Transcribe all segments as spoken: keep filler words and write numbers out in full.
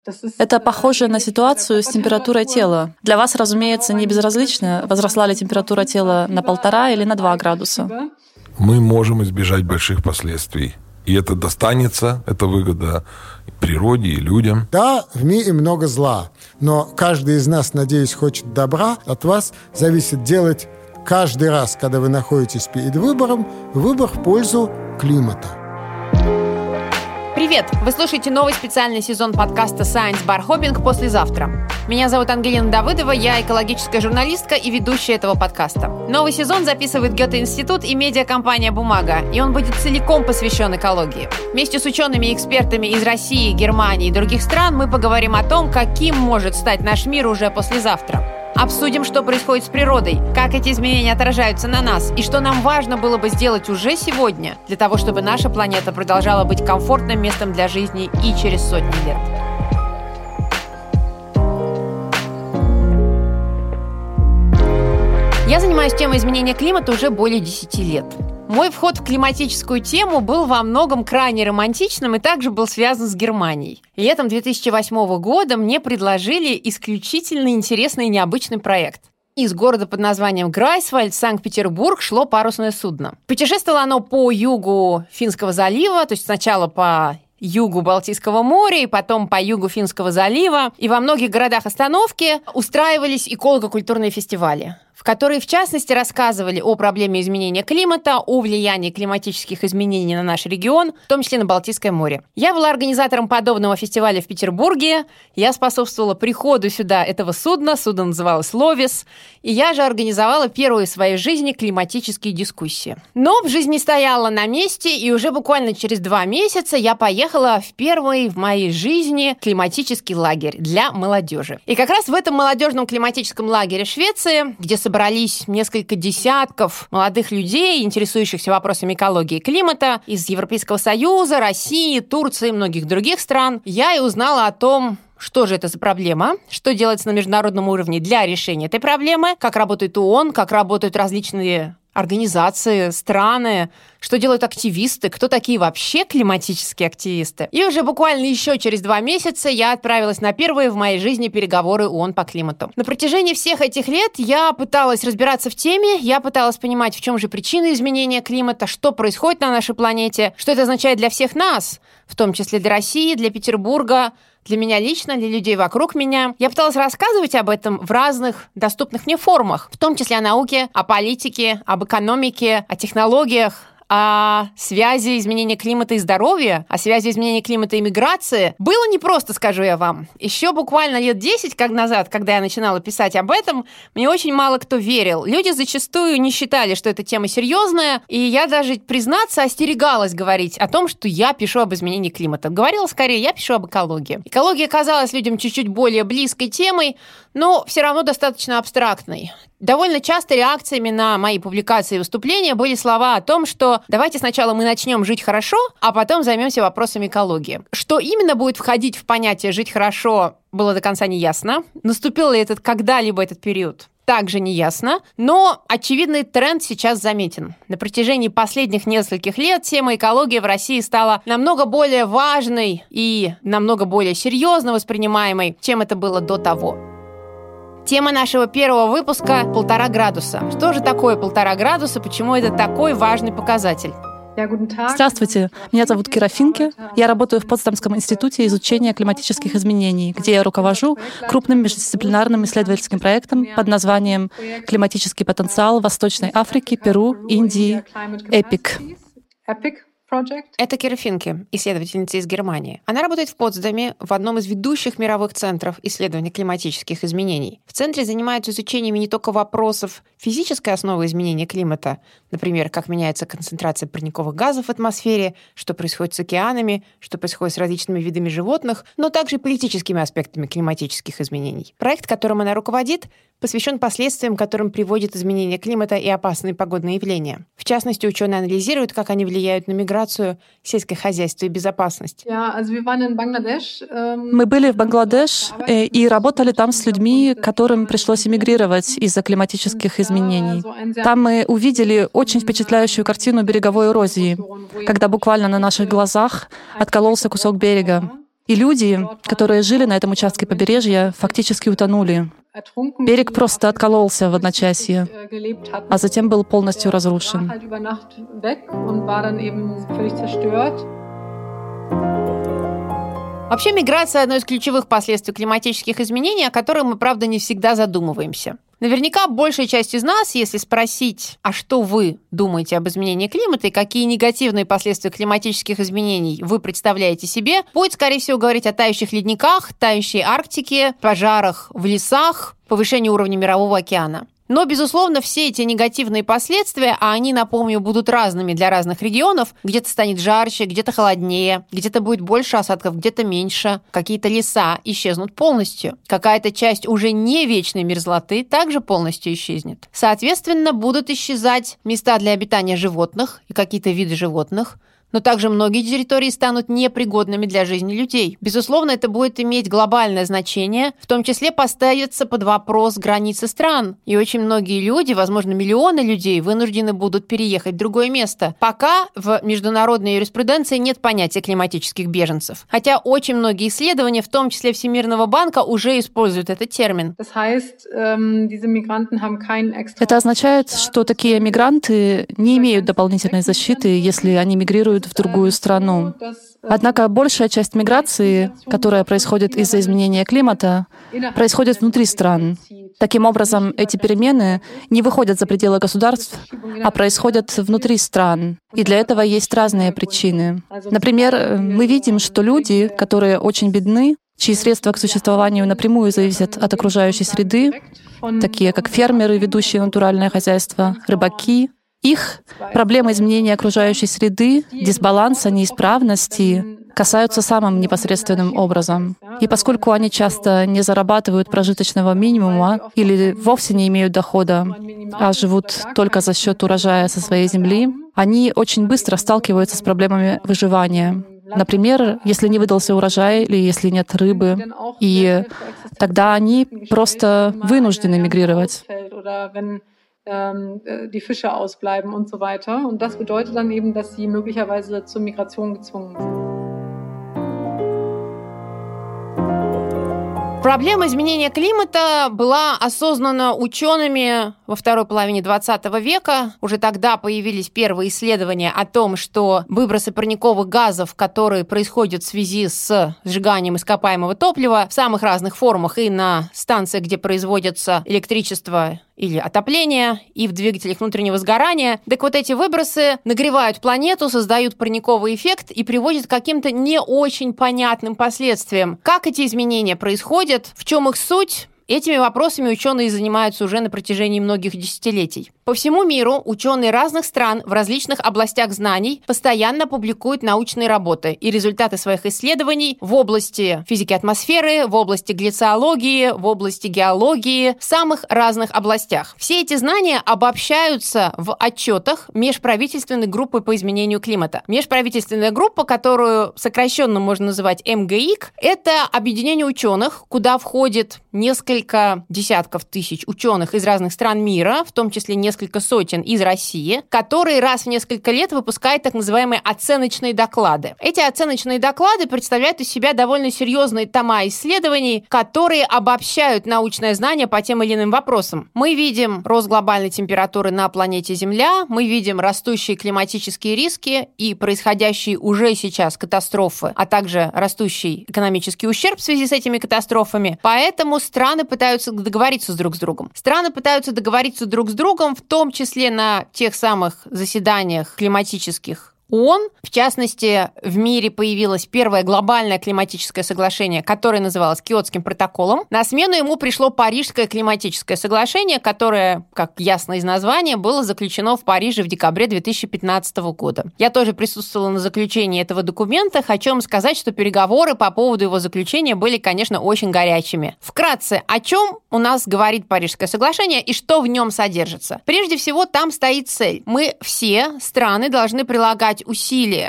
Это похоже на ситуацию с температурой тела. Для вас, разумеется, не безразлично, возросла ли температура тела на полтора или на два градуса. Мы можем избежать больших последствий. И это достанется, это выгода природе и людям. Да, в мире много зла, но каждый из нас, надеюсь, хочет добра. От вас зависит делать каждый раз, когда вы находитесь перед выбором, выбор в пользу климата. Привет! Вы слушаете новый специальный сезон подкаста Science Bar Hopping «Послезавтра». Меня зовут Ангелина Давыдова, я экологическая журналистка и ведущая этого подкаста. Новый сезон записывает Гёте-институт и медиакомпания «Бумага», и он будет целиком посвящен экологии. Вместе с учеными и экспертами из России, Германии и других стран мы поговорим о том, каким может стать наш мир уже послезавтра. Обсудим, что происходит с природой, как эти изменения отражаются на нас и что нам важно было бы сделать уже сегодня для того, чтобы наша планета продолжала быть комфортным местом для жизни и через сотни лет. Я занимаюсь темой изменения климата уже более десяти лет. Мой вход в климатическую тему был во многом крайне романтичным и также был связан с Германией. Летом две тысячи восьмого года мне предложили исключительно интересный и необычный проект. Из города под названием Грайсвальд в Санкт-Петербург шло парусное судно. Путешествовало оно по югу Финского залива, то есть сначала по югу Балтийского моря и потом по югу Финского залива. И во многих городах остановки устраивались эколого-культурные фестивали, в которые, в частности, рассказывали о проблеме изменения климата, о влиянии климатических изменений на наш регион, в том числе на Балтийское море. Я была организатором подобного фестиваля в Петербурге, я способствовала приходу сюда этого судна, судно называлось «Ловис», и я же организовала первые в своей жизни климатические дискуссии. Но жизнь не стояла на месте, и уже буквально через два месяца я поехала в первый в моей жизни климатический лагерь для молодежи. И как раз в этом молодежном климатическом лагере Швеции, где собрались несколько десятков молодых людей, интересующихся вопросами экологии и климата из Европейского Союза, России, Турции и многих других стран, я и узнала о том, что же это за проблема, что делается на международном уровне для решения этой проблемы, как работает ООН, как работают различные организации, страны, что делают активисты, кто такие вообще климатические активисты. И уже буквально еще через два месяца я отправилась на первые в моей жизни переговоры ООН по климату. На протяжении всех этих лет я пыталась разбираться в теме, я пыталась понимать, в чем же причины изменения климата, что происходит на нашей планете, что это означает для всех нас, в том числе для России, для Петербурга, для меня лично, для людей вокруг меня. Я пыталась рассказывать об этом в разных доступных мне формах, в том числе о науке, о политике, об экономике, о технологиях, о связи изменения климата и здоровья, о связи изменения климата и миграции. Было непросто, скажу я вам. Еще буквально лет десять как назад, когда я начинала писать об этом, мне очень мало кто верил. Люди зачастую не считали, что эта тема серьезная, и я даже, признаться, остерегалась говорить о том, что я пишу об изменении климата. Говорила скорее, я пишу об экологии. Экология казалась людям чуть-чуть более близкой темой, но все равно достаточно абстрактной. Довольно часто реакциями на мои публикации и выступления были слова о том, что давайте сначала мы начнем жить хорошо, а потом займемся вопросами экологии. Что именно будет входить в понятие «жить хорошо» было до конца не ясно. Наступил ли этот когда-либо этот период? Также не ясно, но очевидный тренд сейчас заметен. На протяжении последних нескольких лет тема экологии в России стала намного более важной и намного более серьезно воспринимаемой, чем это было до того. Тема нашего первого выпуска – полтора градуса. Что же такое полтора градуса? Почему это такой важный показатель? Здравствуйте, меня зовут Кира Финке. Я работаю в Потсдамском институте изучения климатических изменений, где я руковожу крупным междисциплинарным исследовательским проектом под названием «Климатический потенциал Восточной Африки, Перу, Индии, ЭПИК». Это Кира Финке, исследовательница из Германии. Она работает в Потсдаме, в одном из ведущих мировых центров исследований климатических изменений. В центре занимаются изучениями не только вопросов физической основы изменения климата, например, как меняется концентрация парниковых газов в атмосфере, что происходит с океанами, что происходит с различными видами животных, но также и политическими аспектами климатических изменений. Проект, которым она руководит, посвящен последствиям, которым приводит изменение климата и опасные погодные явления. В частности, ученые анализируют, как они влияют на миграцию, сельское хозяйство и безопасность. Мы были в Бангладеш и работали там с людьми, которым пришлось эмигрировать из-за климатических изменений. Там мы увидели очень впечатляющую картину береговой эрозии, когда буквально на наших глазах откололся кусок берега. И люди, которые жили на этом участке побережья, фактически утонули. Берег просто откололся в одночасье, а затем был полностью разрушен. Вообще, миграция — одно из ключевых последствий климатических изменений, о которых мы, правда, не всегда задумываемся. Наверняка большая часть из нас, если спросить, а что вы думаете об изменении климата и какие негативные последствия климатических изменений вы представляете себе, будет, скорее всего, говорить о тающих ледниках, тающей Арктике, пожарах в лесах, повышении уровня Мирового океана. Но, безусловно, все эти негативные последствия, а они, напомню, будут разными для разных регионов, где-то станет жарче, где-то холоднее, где-то будет больше осадков, где-то меньше, какие-то леса исчезнут полностью, какая-то часть уже не вечной мерзлоты также полностью исчезнет. Соответственно, будут исчезать места для обитания животных и какие-то виды животных, но также многие территории станут непригодными для жизни людей. Безусловно, это будет иметь глобальное значение, в том числе поставятся под вопрос границы стран. И очень многие люди, возможно, миллионы людей, вынуждены будут переехать в другое место. Пока в международной юриспруденции нет понятия климатических беженцев. Хотя очень многие исследования, в том числе Всемирного банка, уже используют этот термин. Это означает, что такие мигранты не имеют дополнительной защиты, если они мигрируют в другую страну. Однако большая часть миграции, которая происходит из-за изменения климата, происходит внутри стран. Таким образом, эти перемены не выходят за пределы государств, а происходят внутри стран. И для этого есть разные причины. Например, мы видим, что люди, которые очень бедны, чьи средства к существованию напрямую зависят от окружающей среды, такие как фермеры, ведущие натуральное хозяйство, рыбаки, их проблемы изменения окружающей среды, дисбаланса, неисправности касаются самым непосредственным образом. И поскольку они часто не зарабатывают прожиточного минимума или вовсе не имеют дохода, а живут только за счет урожая со своей земли, они очень быстро сталкиваются с проблемами выживания. Например, если не выдался урожай или если нет рыбы, и тогда они просто вынуждены мигрировать. die Fische ausbleiben und so weiter. Und das bedeutet dann eben, dass sie möglicherweise zur Migration gezwungen sind. Проблема изменения климата была осознана учеными во второй половине двадцатого века. Уже тогда появились первые исследования о том, что выбросы парниковых газов, которые происходят в связи с сжиганием ископаемого топлива в самых разных формах и на станциях, где производится электричество или отопление, и в двигателях внутреннего сгорания. Так вот, эти выбросы нагревают планету, создают парниковый эффект и приводят к каким-то не очень понятным последствиям. Как эти изменения происходят, в чем их суть? Этими вопросами ученые занимаются уже на протяжении многих десятилетий. По всему миру ученые разных стран в различных областях знаний постоянно публикуют научные работы и результаты своих исследований в области физики атмосферы, в области глициологии, в области геологии, в самых разных областях. Все эти знания обобщаются в отчетах межправительственной группы по изменению климата. Межправительственная группа, которую сокращенно можно называть эм гэ и кей, это объединение ученых, куда входит несколько десятков тысяч ученых из разных стран мира, в том числе несколько несколько сотен из России, которые раз в несколько лет выпускают так называемые оценочные доклады. Эти оценочные доклады представляют из себя довольно серьезные тома исследований, которые обобщают научное знание по тем или иным вопросам. Мы видим рост глобальной температуры на планете Земля, мы видим растущие климатические риски и происходящие уже сейчас катастрофы, а также растущий экономический ущерб в связи с этими катастрофами. Поэтому страны пытаются договориться друг с другом. Страны пытаются договориться друг с другом, в том числе на тех самых заседаниях климатических ООН. В частности, в мире появилось первое глобальное климатическое соглашение, которое называлось Киотским протоколом. На смену ему пришло Парижское климатическое соглашение, которое, как ясно из названия, было заключено в Париже в декабре две тысячи пятнадцатого года. Я тоже присутствовала на заключении этого документа. Хочу вам сказать, что переговоры по поводу его заключения были, конечно, очень горячими. Вкратце, о чем у нас говорит Парижское соглашение и что в нем содержится? Прежде всего, там стоит цель. Мы все страны должны прилагать усилия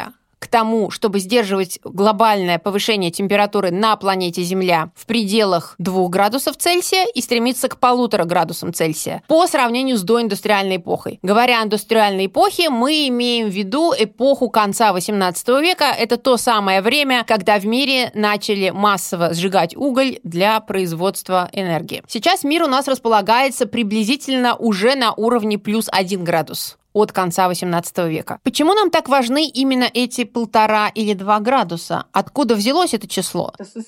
к тому, чтобы сдерживать глобальное повышение температуры на планете Земля в пределах двух градусов Цельсия и стремиться к полутора градусам Цельсия по сравнению с доиндустриальной эпохой. Говоря о индустриальной эпохе, мы имеем в виду эпоху конца восемнадцатого века. Это то самое время, когда в мире начали массово сжигать уголь для производства энергии. Сейчас мир у нас располагается приблизительно уже на уровне плюс один градус от конца восемнадцатого века. Почему нам так важны именно эти полтора или два градуса? Откуда взялось это число?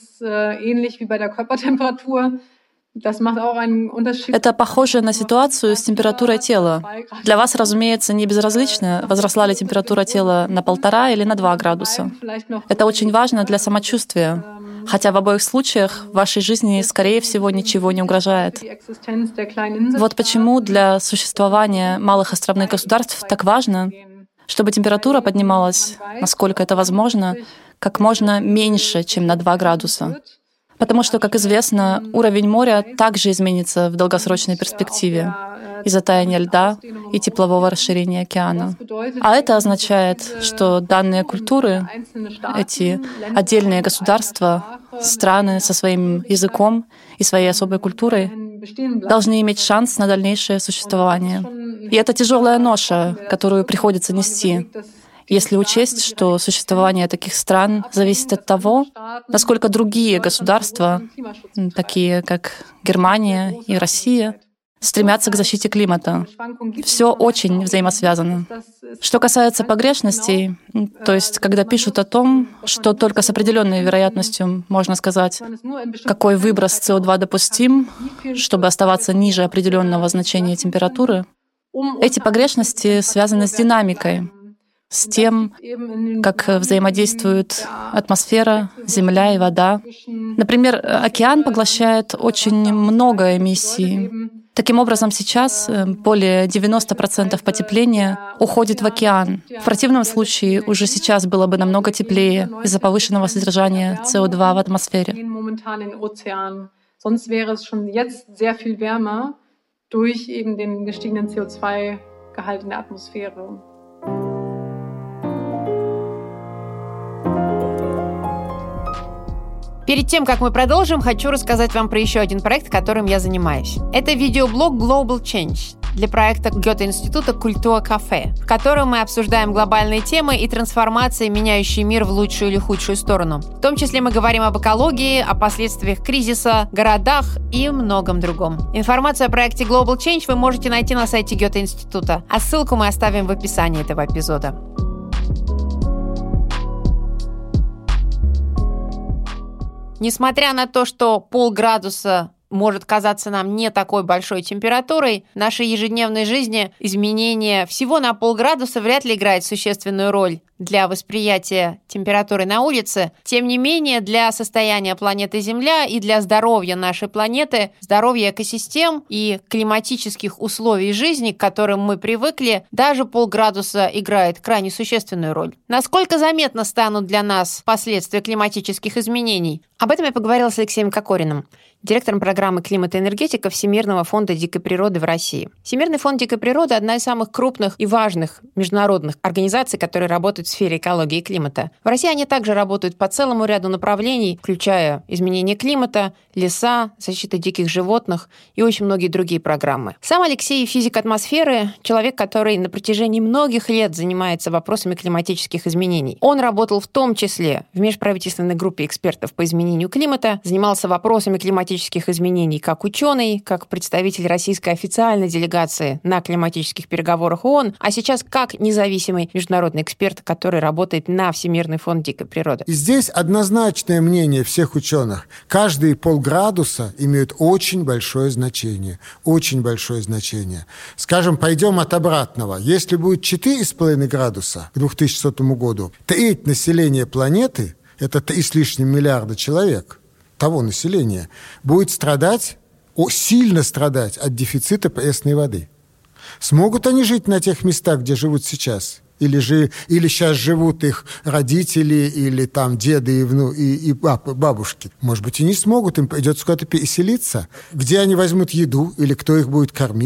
Это похоже на ситуацию с температурой тела. Для вас, разумеется, не безразлично, возросла ли температура тела на полтора или на два градуса. Это очень важно для самочувствия. Хотя в обоих случаях в вашей жизни, скорее всего, ничего не угрожает. Вот почему для существования малых островных государств так важно, чтобы температура поднималась, насколько это возможно, как можно меньше, чем на два градуса. Потому что, как известно, уровень моря также изменится в долгосрочной перспективе из-за таяния льда и теплового расширения океана. А это означает, что данные культуры, эти отдельные государства, страны со своим языком и своей особой культурой должны иметь шанс на дальнейшее существование. И это тяжелая ноша, которую приходится нести, если учесть, что существование таких стран зависит от того, насколько другие государства, такие как Германия и Россия, стремятся к защите климата. Все очень взаимосвязано. Что касается погрешностей, то есть когда пишут о том, что только с определенной вероятностью можно сказать, какой выброс С О два допустим, чтобы оставаться ниже определенного значения температуры, эти погрешности связаны с динамикой, с тем, как взаимодействуют атмосфера, земля и вода. Например, океан поглощает очень много эмиссий. Таким образом, сейчас более девяносто процентов потепления уходит в океан. В противном случае уже сейчас было бы намного теплее из-за повышенного содержания С О два в атмосфере. Перед тем, как мы продолжим, хочу рассказать вам про еще один проект, которым я занимаюсь. Это видеоблог Global Change для проекта Гёте-института «Культура кафе», в котором мы обсуждаем глобальные темы и трансформации, меняющие мир в лучшую или худшую сторону. В том числе мы говорим об экологии, о последствиях кризиса, городах и многом другом. Информацию о проекте Global Change вы можете найти на сайте Гёте-института, а ссылку мы оставим в описании этого эпизода. Несмотря на то, что полградуса может казаться нам не такой большой температурой, в нашей ежедневной жизни изменение всего на полградуса вряд ли играет существенную роль для восприятия температуры на улице. Тем не менее, для состояния планеты Земля и для здоровья нашей планеты, здоровья экосистем и климатических условий жизни, к которым мы привыкли, даже полградуса играет крайне существенную роль. Насколько заметно станут для нас последствия климатических изменений? Об этом я поговорила с Алексеем Кокориным, директором программы «Климат и энергетика» Всемирного фонда дикой природы в России. Всемирный фонд дикой природы – одна из самых крупных и важных международных организаций, которые работают в сфере экологии и климата. В России они также работают по целому ряду направлений, включая изменение климата, леса, защита диких животных и очень многие другие программы. Сам Алексей – физик атмосферы, человек, который на протяжении многих лет занимается вопросами климатических изменений. Он работал в том числе в межправительственной группе экспертов по изменению климата, занимался вопросами климатических изменений как ученый, как представитель российской официальной делегации на климатических переговорах ООН, а сейчас как независимый международный эксперт, который работает на Всемирный фонд дикой природы. И здесь однозначное мнение всех ученых. Каждые полградуса имеют очень большое значение. Очень большое значение. Скажем, пойдем от обратного. Если будет четыре с половиной градуса к двухтысячному году, треть населения планеты, это три с лишним миллиарда человек, того населения, будет страдать, о, сильно страдать от дефицита пресной воды. Смогут они жить на тех местах, где живут сейчас? Или, же, или сейчас живут их родители, или там деды и, вну, и, и бабушки? Может быть, и не смогут, им придется куда-то переселиться. Где они возьмут еду, или кто их будет кормить?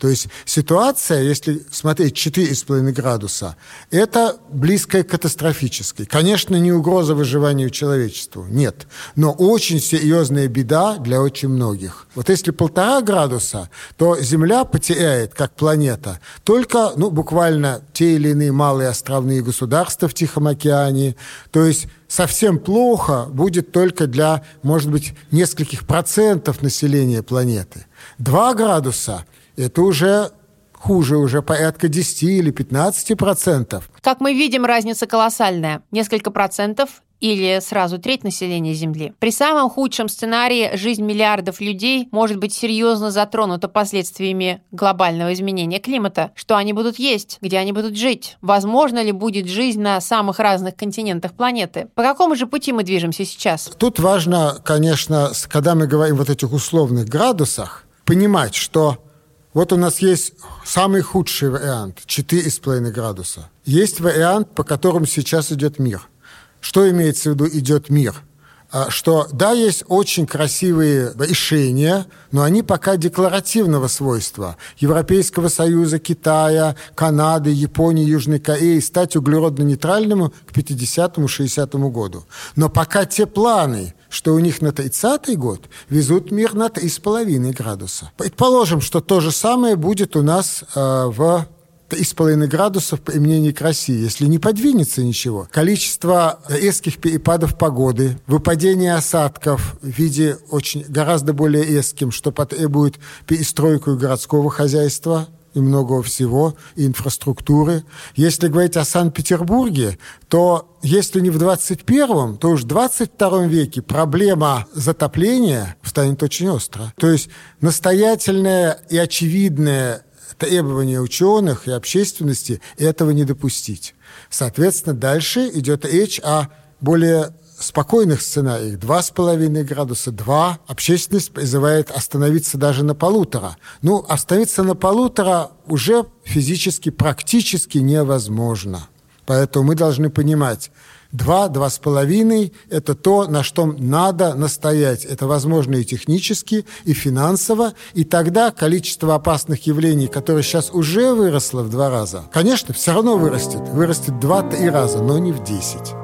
То есть ситуация, если смотреть четыре с половиной градуса, это близкая к катастрофической. Конечно, не угроза выживанию человечеству, нет. Но очень серьезная беда для очень многих. Вот если полтора градуса, то Земля потеряет, как планета, только, ну, буквально те или иные малые островные государства в Тихом океане. То есть совсем плохо будет только для, может быть, нескольких процентов населения планеты. Два градуса – это уже хуже, уже порядка десять или пятнадцать процентов. Как мы видим, разница колоссальная. Несколько процентов или сразу треть населения Земли. При самом худшем сценарии жизнь миллиардов людей может быть серьезно затронута последствиями глобального изменения климата. Что они будут есть? Где они будут жить? Возможно ли будет жизнь на самых разных континентах планеты? По какому же пути мы движемся сейчас? Тут важно, конечно, когда мы говорим вот о этих условных градусах, понимать, что вот у нас есть самый худший вариант – четыре с половиной градуса. Есть вариант, по которому сейчас идет мир. Что имеется в виду идет мир? Что, да, есть очень красивые решения, но они пока декларативного свойства. Европейского Союза, Китая, Канады, Японии, Южной Кореи стать углеродно-нейтральным к пятидесятому-шестидесятому году. Но пока те планы, что у них на тридцатый год, везут мир на три с половиной градуса. Предположим, что то же самое будет у нас э, в три с половиной градусов применении к России, если не подвинется ничего. Количество резких перепадов погоды, выпадение осадков в виде очень гораздо более резким, что потребует перестройку городского хозяйства и многого всего, и инфраструктуры. Если говорить о Санкт-Петербурге, то если не в двадцать первом, то уж в двадцать втором веке проблема затопления станет очень остро. То есть настоятельное и очевидное требование ученых и общественности этого не допустить. Соответственно, дальше идет речь о более спокойных сценариях. Два с половиной градуса, два. Общественность призывает остановиться даже на полутора. Ну, остановиться на полутора уже физически, практически невозможно. Поэтому мы должны понимать, Два, два с половиной – это то, на что надо настоять. Это возможно и технически, и финансово. И тогда количество опасных явлений, которое сейчас уже выросло в два раза, конечно, все равно вырастет. Вырастет два-три раза, но не в десять.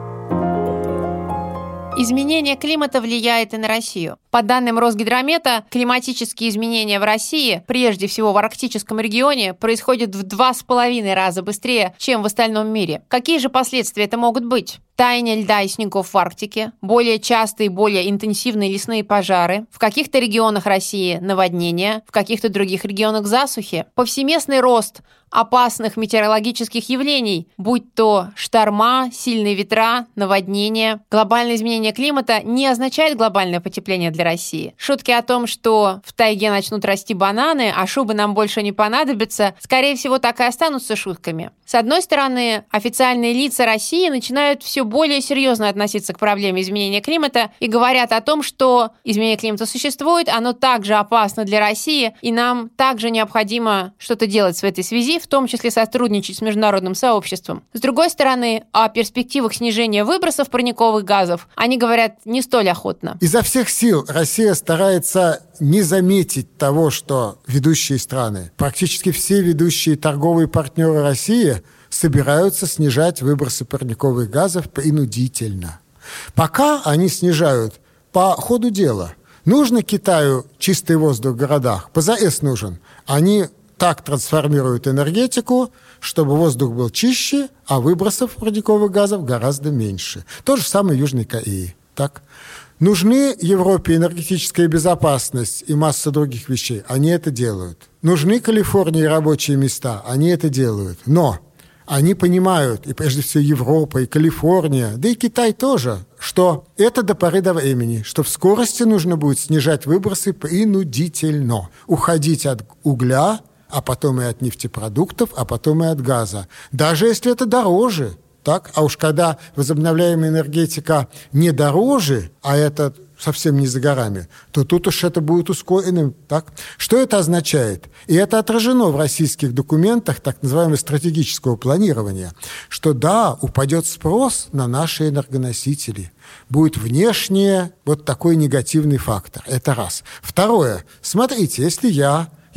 Изменение климата влияет и на Россию. По данным Росгидромета, климатические изменения в России, прежде всего в арктическом регионе, происходят в два с половиной раза быстрее, чем в остальном мире. Какие же последствия это могут быть? Таяние льда и снегов в Арктике, более частые и более интенсивные лесные пожары, в каких-то регионах России наводнения, в каких-то других регионах засухи, повсеместный рост опасных метеорологических явлений, будь то шторма, сильные ветра, наводнения. Глобальное изменение климата не означает глобальное потепление для России. Шутки о том, что в тайге начнут расти бананы, а шубы нам больше не понадобятся, скорее всего, так и останутся шутками. С одной стороны, официальные лица России начинают все более серьезно относиться к проблеме изменения климата и говорят о том, что изменение климата существует, оно также опасно для России, и нам также необходимо что-то делать в этой связи, в том числе сотрудничать с международным сообществом. С другой стороны, о перспективах снижения выбросов парниковых газов они говорят не столь охотно. Изо всех сил Россия старается не заметить того, что ведущие страны, практически все ведущие торговые партнеры России собираются снижать выбросы парниковых газов принудительно. Пока они снижают по ходу дела. Нужно Китаю чистый воздух в городах? Позарез нужен. Они так трансформируют энергетику, чтобы воздух был чище, а выбросов парниковых газов гораздо меньше. То же самое в Южной Корее. Так? Нужны Европе энергетическая безопасность и масса других вещей? Они это делают. Нужны Калифорнии рабочие места? Они это делают. Но они понимают, и прежде всего Европа, и Калифорния, да и Китай тоже, что это до поры до времени, что в скорости нужно будет снижать выбросы принудительно, уходить от угля, а потом и от нефтепродуктов, а потом и от газа. Даже если это дороже. Так? А уж когда возобновляемая энергетика не дороже, а это совсем не за горами, то тут уж это будет ускоренным. Так? Что это означает? И это отражено в российских документах так называемого стратегического планирования, что да, упадет спрос на наши энергоносители. Будет внешне вот такой негативный фактор. Это раз. Второе. Смотрите, если я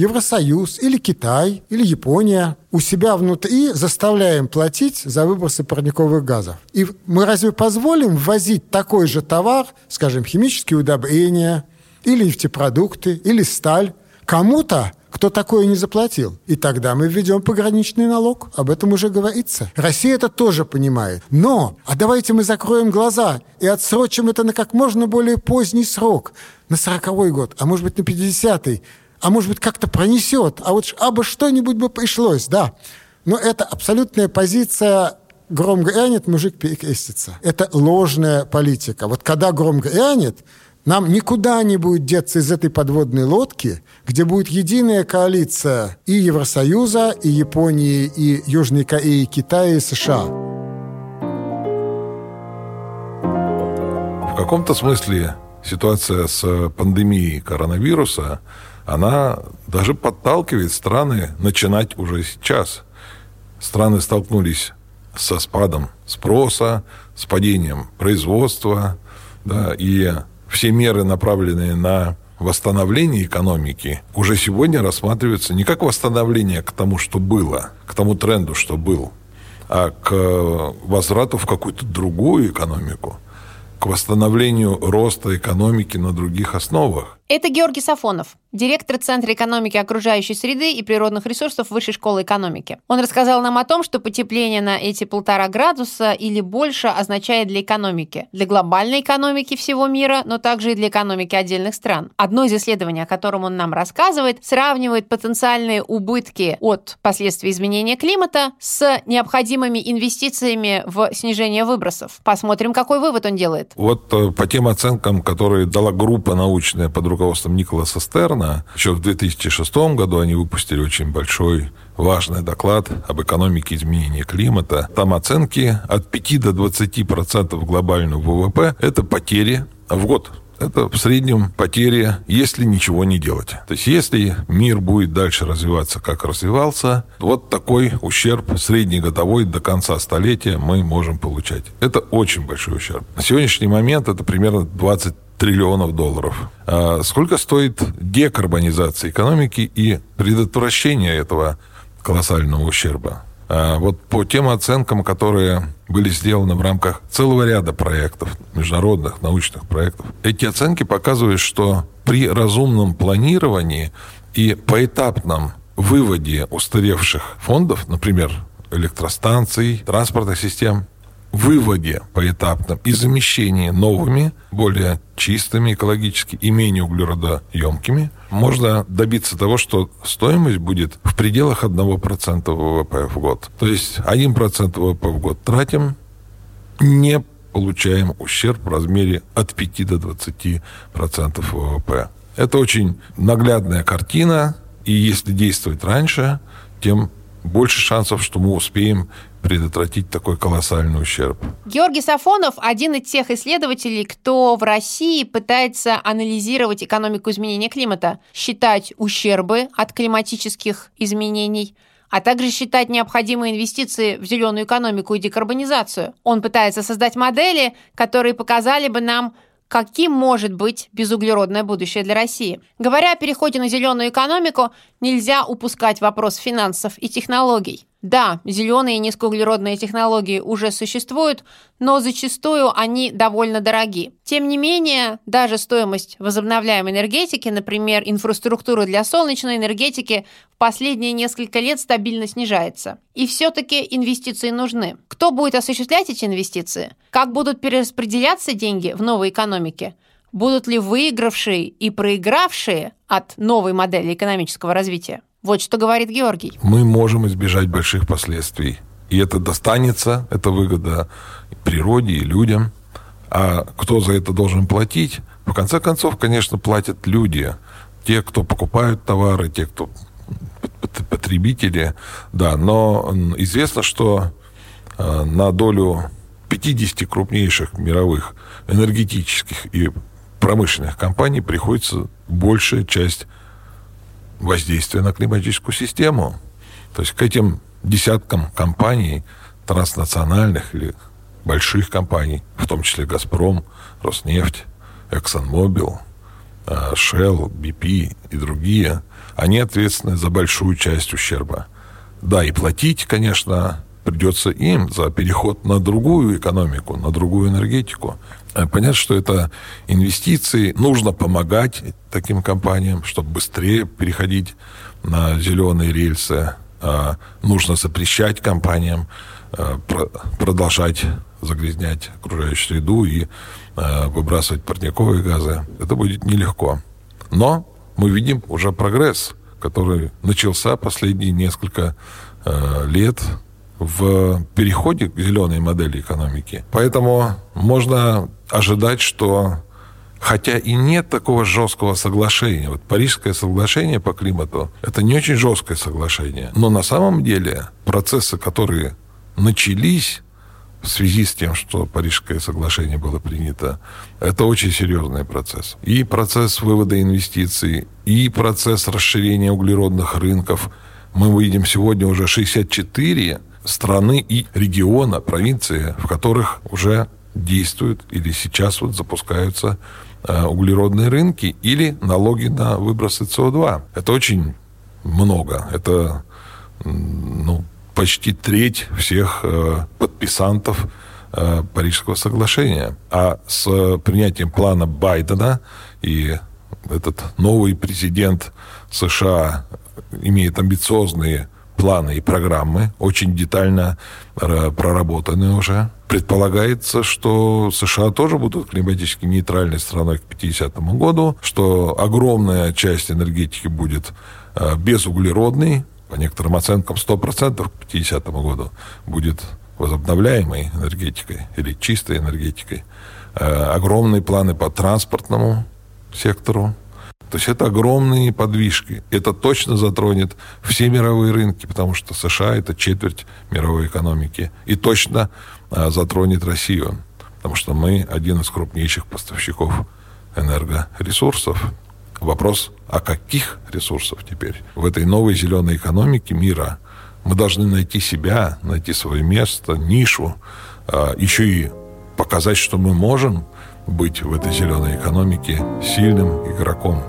Евросоюз или Китай или Япония у себя внутри заставляем платить за выбросы парниковых газов. И мы разве позволим ввозить такой же товар, скажем, химические удобрения или нефтепродукты, или сталь, кому-то, кто такое не заплатил? И тогда мы введем пограничный налог. Об этом уже говорится. Россия это тоже понимает. Но, а давайте мы закроем глаза и отсрочим это на как можно более поздний срок. На сороковой год, а может быть на пятидесятый. А может быть как-то пронесет. А вот абы что-нибудь бы пришлось, да. Но это абсолютная позиция «гром грянет, мужик перекрестится». Это ложная политика. Вот когда гром грянет, нам никуда не будет деться из этой подводной лодки, где будет единая коалиция и Евросоюза, и Японии, и Южной Кореи, и Китая, и США. В каком-то смысле ситуация с пандемией коронавируса, она даже подталкивает страны начинать уже сейчас. Страны столкнулись со спадом спроса, с падением производства, да, и все меры, направленные на восстановление экономики, уже сегодня рассматриваются не как восстановление к тому, что было, к тому тренду, что был, а к возврату в какую-то другую экономику, к восстановлению роста экономики на других основах. Это Георгий Сафонов, директор Центра экономики окружающей среды и природных ресурсов Высшей школы экономики. Он рассказал нам о том, что потепление на эти полтора градуса или больше означает для экономики, для глобальной экономики всего мира, но также и для экономики отдельных стран. Одно из исследований, о котором он нам рассказывает, сравнивает потенциальные убытки от последствий изменения климата с необходимыми инвестициями в снижение выбросов. Посмотрим, какой вывод он делает. Вот по тем оценкам, которые дала группа научная под руководством Николаса Стерна, еще в две тысячи шестом году они выпустили очень большой, важный доклад об экономике изменения климата. Там оценки от пяти до двадцати процентов глобального ВВП – это потери в год. Это в среднем потери, если ничего не делать. То есть, если мир будет дальше развиваться, как развивался, вот такой ущерб среднегодовой до конца столетия мы можем получать. Это очень большой ущерб. На сегодняшний момент это примерно двадцать триллионов долларов. А сколько стоит декарбонизация экономики и предотвращение этого колоссального ущерба? А вот по тем оценкам, которые были сделаны в рамках целого ряда проектов, международных научных проектов, эти оценки показывают, что при разумном планировании и поэтапном выводе устаревших фондов, например, электростанций, транспортных систем, выводе поэтапном и замещении новыми, более чистыми экологически и менее углеродоемкими, можно добиться того, что стоимость будет в пределах одного процента ВВП в год. То есть один процент ВВП в год тратим, не получаем ущерб в размере от пяти до двадцати процентов ВВП. Это очень наглядная картина, и если действовать раньше, тем больше шансов, что мы успеем предотвратить такой колоссальный ущерб. Георгий Сафонов – один из тех исследователей, кто в России пытается анализировать экономику изменения климата, считать ущербы от климатических изменений, а также считать необходимые инвестиции в зеленую экономику и декарбонизацию. Он пытается создать модели, которые показали бы нам, каким может быть безуглеродное будущее для России. Говоря о переходе на зеленую экономику, нельзя упускать вопрос финансов и технологий. Да, зеленые и низкоуглеродные технологии уже существуют, но зачастую они довольно дороги. Тем не менее, даже стоимость возобновляемой энергетики, например, инфраструктуры для солнечной энергетики, в последние несколько лет стабильно снижается. И все-таки инвестиции нужны. Кто будет осуществлять эти инвестиции? Как будут перераспределяться деньги в новой экономике? Будут ли выигравшие и проигравшие от новой модели экономического развития? Вот что говорит Георгий. Мы можем избежать больших последствий. И это достанется, это выгода природе и людям. А кто за это должен платить? В конце концов, конечно, платят люди. Те, кто покупают товары, те, кто потребители. Да, но известно, что на долю пятидесяти крупнейших мировых энергетических и промышленных компаний приходится большая часть воздействия на климатическую систему. То есть к этим десяткам компаний, транснациональных или больших компаний, в том числе «Газпром», «Роснефть», «Эксонмобил», Shell, би пи и другие, они ответственны за большую часть ущерба. Да, и платить, конечно, придется им за переход на другую экономику, на другую энергетику. Понятно, что это инвестиции. Нужно помогать таким компаниям, чтобы быстрее переходить на зеленые рельсы. Нужно запрещать компаниям продолжать загрязнять окружающую среду и выбрасывать парниковые газы. Это будет нелегко. Но мы видим уже прогресс, который начался последние несколько э, лет в переходе к зеленой модели экономики. Поэтому можно ожидать, что хотя и нет такого жесткого соглашения, вот Парижское соглашение по климату, это не очень жесткое соглашение, но на самом деле процессы, которые начались в связи с тем, что Парижское соглашение было принято, это очень серьезный процесс. И процесс вывода инвестиций, и процесс расширения углеродных рынков. Мы видим сегодня уже шестьдесят четыре страны и региона, провинции, в которых уже действуют или сейчас вот запускаются э, углеродные рынки или налоги на выбросы си о два. Это очень много. Это, ну, почти треть всех э, подписантов э, Парижского соглашения. А с принятием плана Байдена, и этот новый президент США имеет амбициозные планы и программы, очень детально э, проработанные уже, предполагается, что США тоже будут климатически нейтральной страной к пятидесятому году, что огромная часть энергетики будет э, безуглеродной, по некоторым оценкам, сто процентов к пятидесятому году будет возобновляемой энергетикой или чистой энергетикой. Э, огромные планы по транспортному сектору. То есть это огромные подвижки. Это точно затронет все мировые рынки, потому что США – это четверть мировой экономики. И точно э, затронет Россию, потому что мы один из крупнейших поставщиков энергоресурсов. Вопрос, а каких ресурсов теперь? В этой новой зеленой экономике мира мы должны найти себя, найти свое место, нишу, э, еще и показать, что мы можем быть в этой зеленой экономике сильным игроком.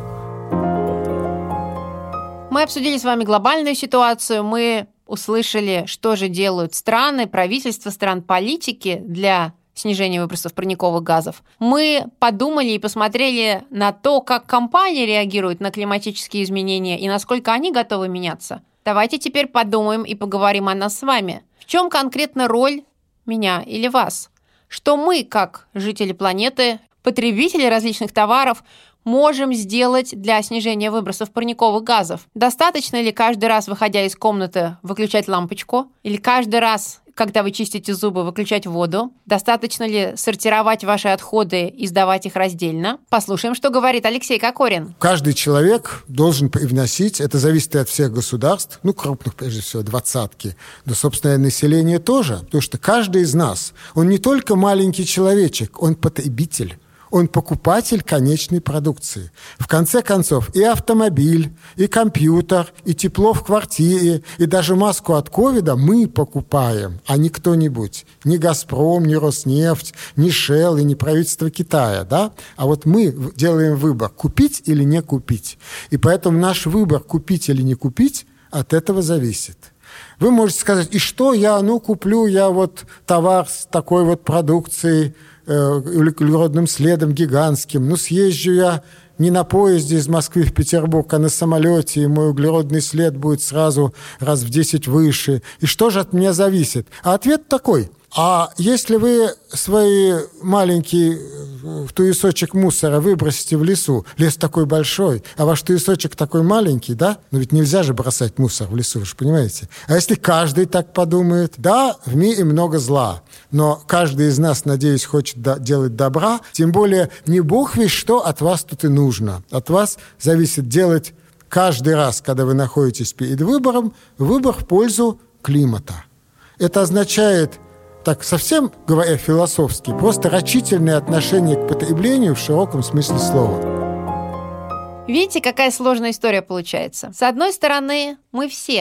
Мы обсудили с вами глобальную ситуацию, мы услышали, что же делают страны, правительства стран, политики для снижения выбросов парниковых газов. Мы подумали и посмотрели на то, как компании реагируют на климатические изменения и насколько они готовы меняться. Давайте теперь подумаем и поговорим о нас с вами. В чем конкретно роль меня или вас? Что мы, как жители планеты, потребители различных товаров, можем сделать для снижения выбросов парниковых газов? Достаточно ли каждый раз, выходя из комнаты, выключать лампочку? Или каждый раз, когда вы чистите зубы, выключать воду? Достаточно ли сортировать ваши отходы и сдавать их раздельно? Послушаем, что говорит Алексей Кокорин. Каждый человек должен привносить, это зависит от всех государств, ну, крупных, прежде всего, двадцатки, но собственное население тоже, потому что каждый из нас, он не только маленький человечек, он потребитель. Он покупатель конечной продукции. В конце концов, и автомобиль, и компьютер, и тепло в квартире, и даже маску от ковида мы покупаем, а не кто-нибудь. Ни «Газпром», ни «Роснефть», ни «Шелл» и ни правительство Китая. Да? А вот мы делаем выбор, купить или не купить. И поэтому наш выбор, купить или не купить, от этого зависит. Вы можете сказать, и что я, ну, куплю я вот товар с такой вот продукцией, углеродным следом гигантским. Ну, съезжу я не на поезде из Москвы в Петербург, а на самолете, и мой углеродный след будет сразу раз в десять выше. И что же от меня зависит? А ответ такой. А если вы свои маленький туесочек мусора выбросите в лесу, лес такой большой, а ваш туесочек такой маленький, да? Но ведь нельзя же бросать мусор в лесу, вы же понимаете? А если каждый так подумает? Да, в мире много зла, но каждый из нас, надеюсь, хочет делать добра, тем более не бог весть что от вас тут и нужно. От вас зависит делать каждый раз, когда вы находитесь перед выбором, выбор в пользу климата. Это означает, так совсем говоря философски, просто рачительное отношение к потреблению в широком смысле слова. Видите, какая сложная история получается? С одной стороны, мы все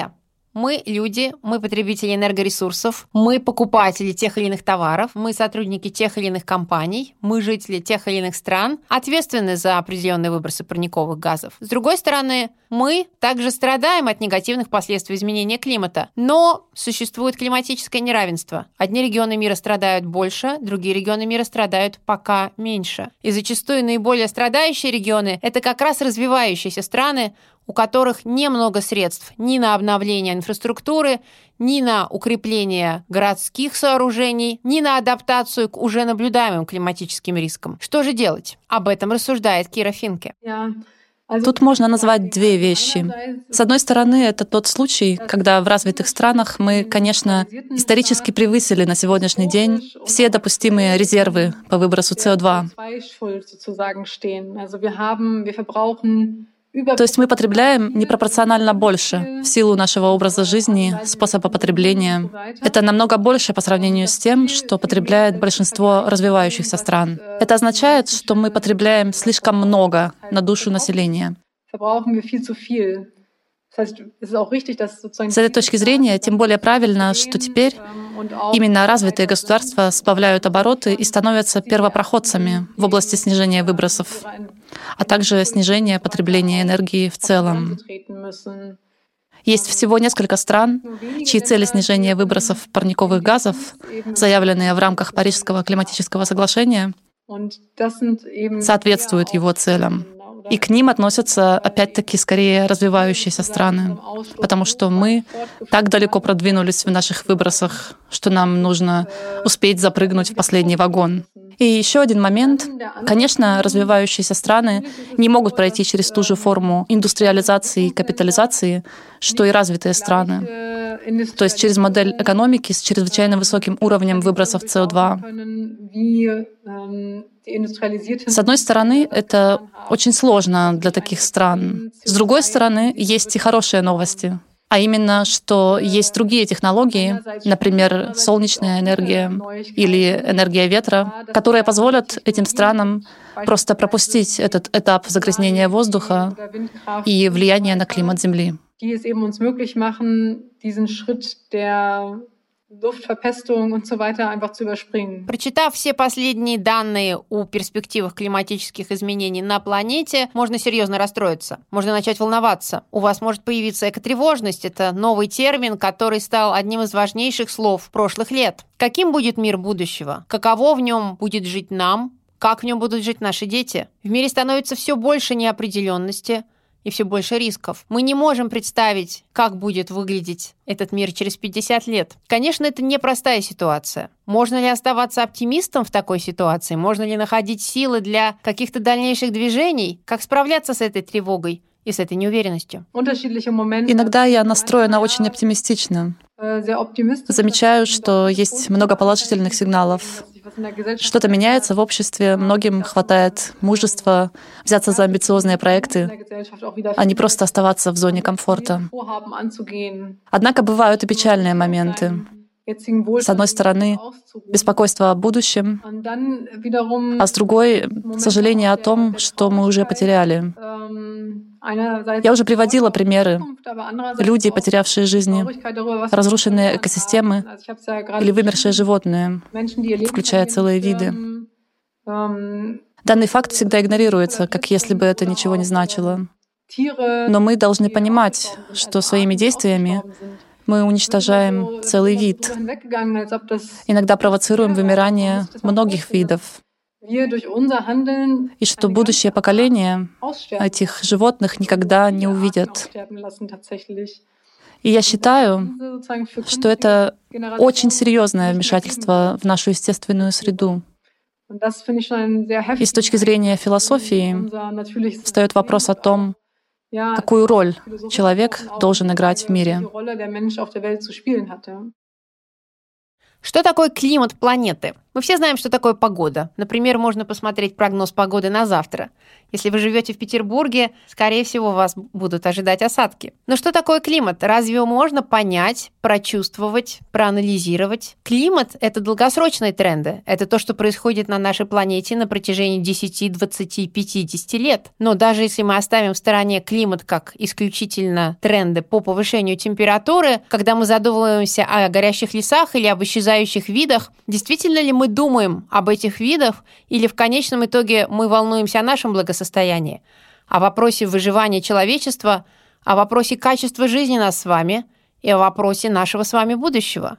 Мы люди, мы потребители энергоресурсов, мы покупатели тех или иных товаров, мы сотрудники тех или иных компаний, мы жители тех или иных стран, ответственны за определенные выбросы парниковых газов. С другой стороны, мы также страдаем от негативных последствий изменения климата, но существует климатическое неравенство. Одни регионы мира страдают больше, другие регионы мира страдают пока меньше. И зачастую наиболее страдающие регионы – это как раз развивающиеся страны, у которых немного средств ни на обновление инфраструктуры, ни на укрепление городских сооружений, ни на адаптацию к уже наблюдаемым климатическим рискам. Что же делать? Об этом рассуждает Кира Финке. Тут можно назвать две вещи. С одной стороны, это тот случай, когда в развитых странах мы, конечно, исторически превысили на сегодняшний день все допустимые резервы по выбросу си о два. То есть мы потребляем непропорционально больше в силу нашего образа жизни, способа потребления. Это намного больше по сравнению с тем, что потребляет большинство развивающихся стран. Это означает, что мы потребляем слишком много на душу населения. С этой точки зрения, тем более правильно, что теперь именно развитые государства сбавляют обороты и становятся первопроходцами в области снижения выбросов, а также снижения потребления энергии в целом. Есть всего несколько стран, чьи цели снижения выбросов парниковых газов, заявленные в рамках Парижского климатического соглашения, соответствуют его целям. И к ним относятся, опять-таки, скорее развивающиеся страны, потому что мы так далеко продвинулись в наших выбросах, что нам нужно успеть запрыгнуть в последний вагон. И еще один момент. Конечно, развивающиеся страны не могут пройти через ту же форму индустриализации и капитализации, что и развитые страны. То есть через модель экономики с чрезвычайно высоким уровнем выбросов си о два. С одной стороны, это очень сложно для таких стран. С другой стороны, есть и хорошие новости. А именно, что есть другие технологии, например, солнечная энергия или энергия ветра, которые позволят этим странам просто пропустить этот этап загрязнения воздуха и влияния на климат Земли. Прочитав все последние данные о перспективах климатических изменений на планете, можно серьезно расстроиться, можно начать волноваться. У вас может появиться экотревожность. Это новый термин, который стал одним из важнейших слов прошлых лет. Каким будет мир будущего? Каково в нем будет жить нам? Как в нем будут жить наши дети? В мире становится все больше неопределенности и все больше рисков. Мы не можем представить, как будет выглядеть этот мир через пятьдесят лет. Конечно, это непростая ситуация. Можно ли оставаться оптимистом в такой ситуации? Можно ли находить силы для каких-то дальнейших движений? Как справляться с этой тревогой и с этой неуверенностью? Иногда я настроена очень оптимистично. Замечаю, что есть много положительных сигналов. Что-то меняется в обществе, многим хватает мужества взяться за амбициозные проекты, а не просто оставаться в зоне комфорта. Однако бывают и печальные моменты. С одной стороны, беспокойство о будущем, а с другой — сожаление о том, что мы уже потеряли. Я уже приводила примеры. Люди, потерявшие жизни, разрушенные экосистемы или вымершие животные, включая целые виды. Данный факт всегда игнорируется, как если бы это ничего не значило. Но мы должны понимать, что своими действиями мы уничтожаем целый вид. Иногда провоцируем вымирание многих видов. И что будущее поколение этих животных никогда не увидят. И я считаю, что это очень серьезное вмешательство в нашу естественную среду. И с точки зрения философии встает вопрос о том, какую роль человек должен играть в мире. Что такое климат планеты? Мы все знаем, что такое погода. Например, можно посмотреть прогноз погоды на завтра. Если вы живете в Петербурге, скорее всего, вас будут ожидать осадки. Но что такое климат? Разве можно понять, прочувствовать, проанализировать? Климат – это долгосрочные тренды. Это то, что происходит на нашей планете на протяжении десяти, двадцати, пятидесяти лет. Но даже если мы оставим в стороне климат как исключительно тренды по повышению температуры, когда мы задумываемся о горящих лесах или об исчезающих видах, действительно ли мы думаем об этих видах или в конечном итоге мы волнуемся о нашем благосостоянии, о вопросе выживания человечества, о вопросе качества жизни нас с вами и о вопросе нашего с вами будущего?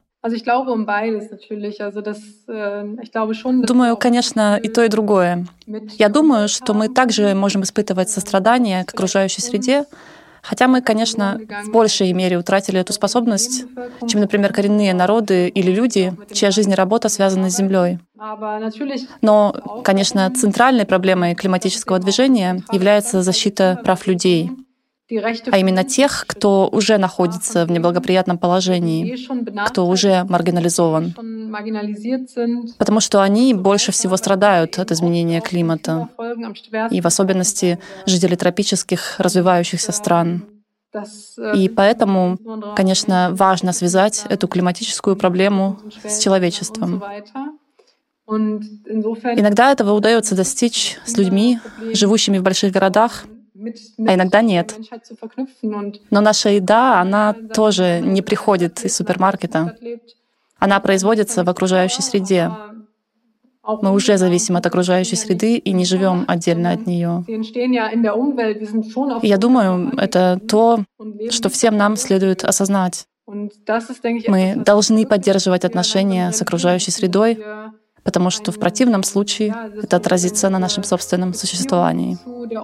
Думаю, конечно, и то, и другое. Я думаю, что мы также можем испытывать сострадание к окружающей среде, хотя мы, конечно, в большей мере утратили эту способность, чем, например, коренные народы или люди, чья жизнь и работа связаны с землей. Но, конечно, центральной проблемой климатического движения является защита прав людей, а именно тех, кто уже находится в неблагоприятном положении, кто уже маргинализован, потому что они больше всего страдают от изменения климата, и в особенности жители тропических развивающихся стран. И поэтому, конечно, важно связать эту климатическую проблему с человечеством. Иногда этого удается достичь с людьми, живущими в больших городах, а иногда нет. Но наша еда, она тоже не приходит из супермаркета. Она производится в окружающей среде. Мы уже зависим от окружающей среды и не живем отдельно от нее. И я думаю, это то, что всем нам следует осознать. Мы должны поддерживать отношения с окружающей средой, потому что в противном случае это отразится на нашем собственном существовании.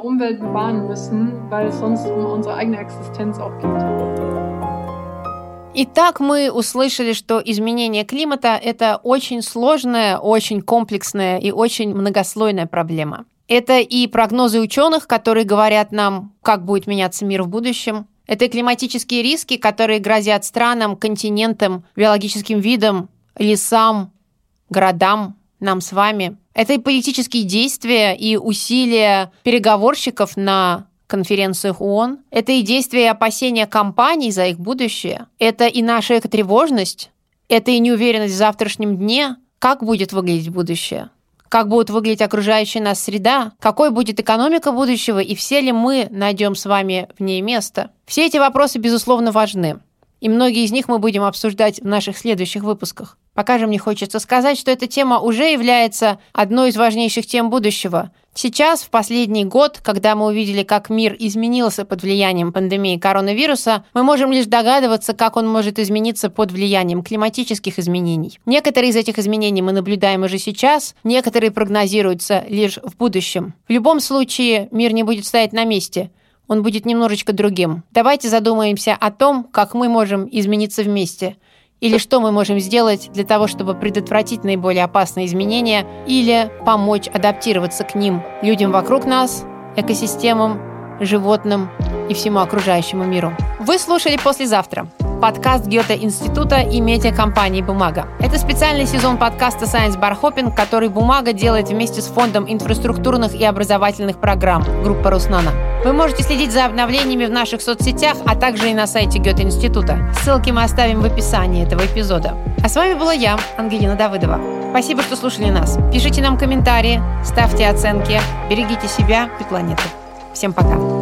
Итак, мы услышали, что изменение климата — это очень сложная, очень комплексная и очень многослойная проблема. Это и прогнозы ученых, которые говорят нам, как будет меняться мир в будущем. Это и климатические риски, которые грозят странам, континентам, биологическим видам, лесам, городам, нам с вами. Это и политические действия и усилия переговорщиков на конференциях ООН. Это и действия и опасения компаний за их будущее. Это и наша экотревожность. Это и неуверенность в завтрашнем дне. Как будет выглядеть будущее? Как будет выглядеть окружающая нас среда? Какой будет экономика будущего? И все ли мы найдем с вами в ней место? Все эти вопросы, безусловно, важны. И многие из них мы будем обсуждать в наших следующих выпусках. Пока же мне хочется сказать, что эта тема уже является одной из важнейших тем будущего. Сейчас, в последний год, когда мы увидели, как мир изменился под влиянием пандемии коронавируса, мы можем лишь догадываться, как он может измениться под влиянием климатических изменений. Некоторые из этих изменений мы наблюдаем уже сейчас, некоторые прогнозируются лишь в будущем. В любом случае, мир не будет стоять на месте. Он будет немножечко другим. Давайте задумаемся о том, как мы можем измениться вместе. Или что мы можем сделать для того, чтобы предотвратить наиболее опасные изменения или помочь адаптироваться к ним людям вокруг нас, экосистемам, животным и всему окружающему миру. Вы слушали «Послезавтра» – подкаст Гёте-института и медиакомпании «Бумага». Это специальный сезон подкаста Science Bar Hopping, который «Бумага» делает вместе с Фондом инфраструктурных и образовательных программ группа Роснано. Вы можете следить за обновлениями в наших соцсетях, а также и на сайте Гёте-института. Ссылки мы оставим в описании этого эпизода. А с вами была я, Ангелина Давыдова. Спасибо, что слушали нас. Пишите нам комментарии, ставьте оценки, берегите себя и планету. Всем пока.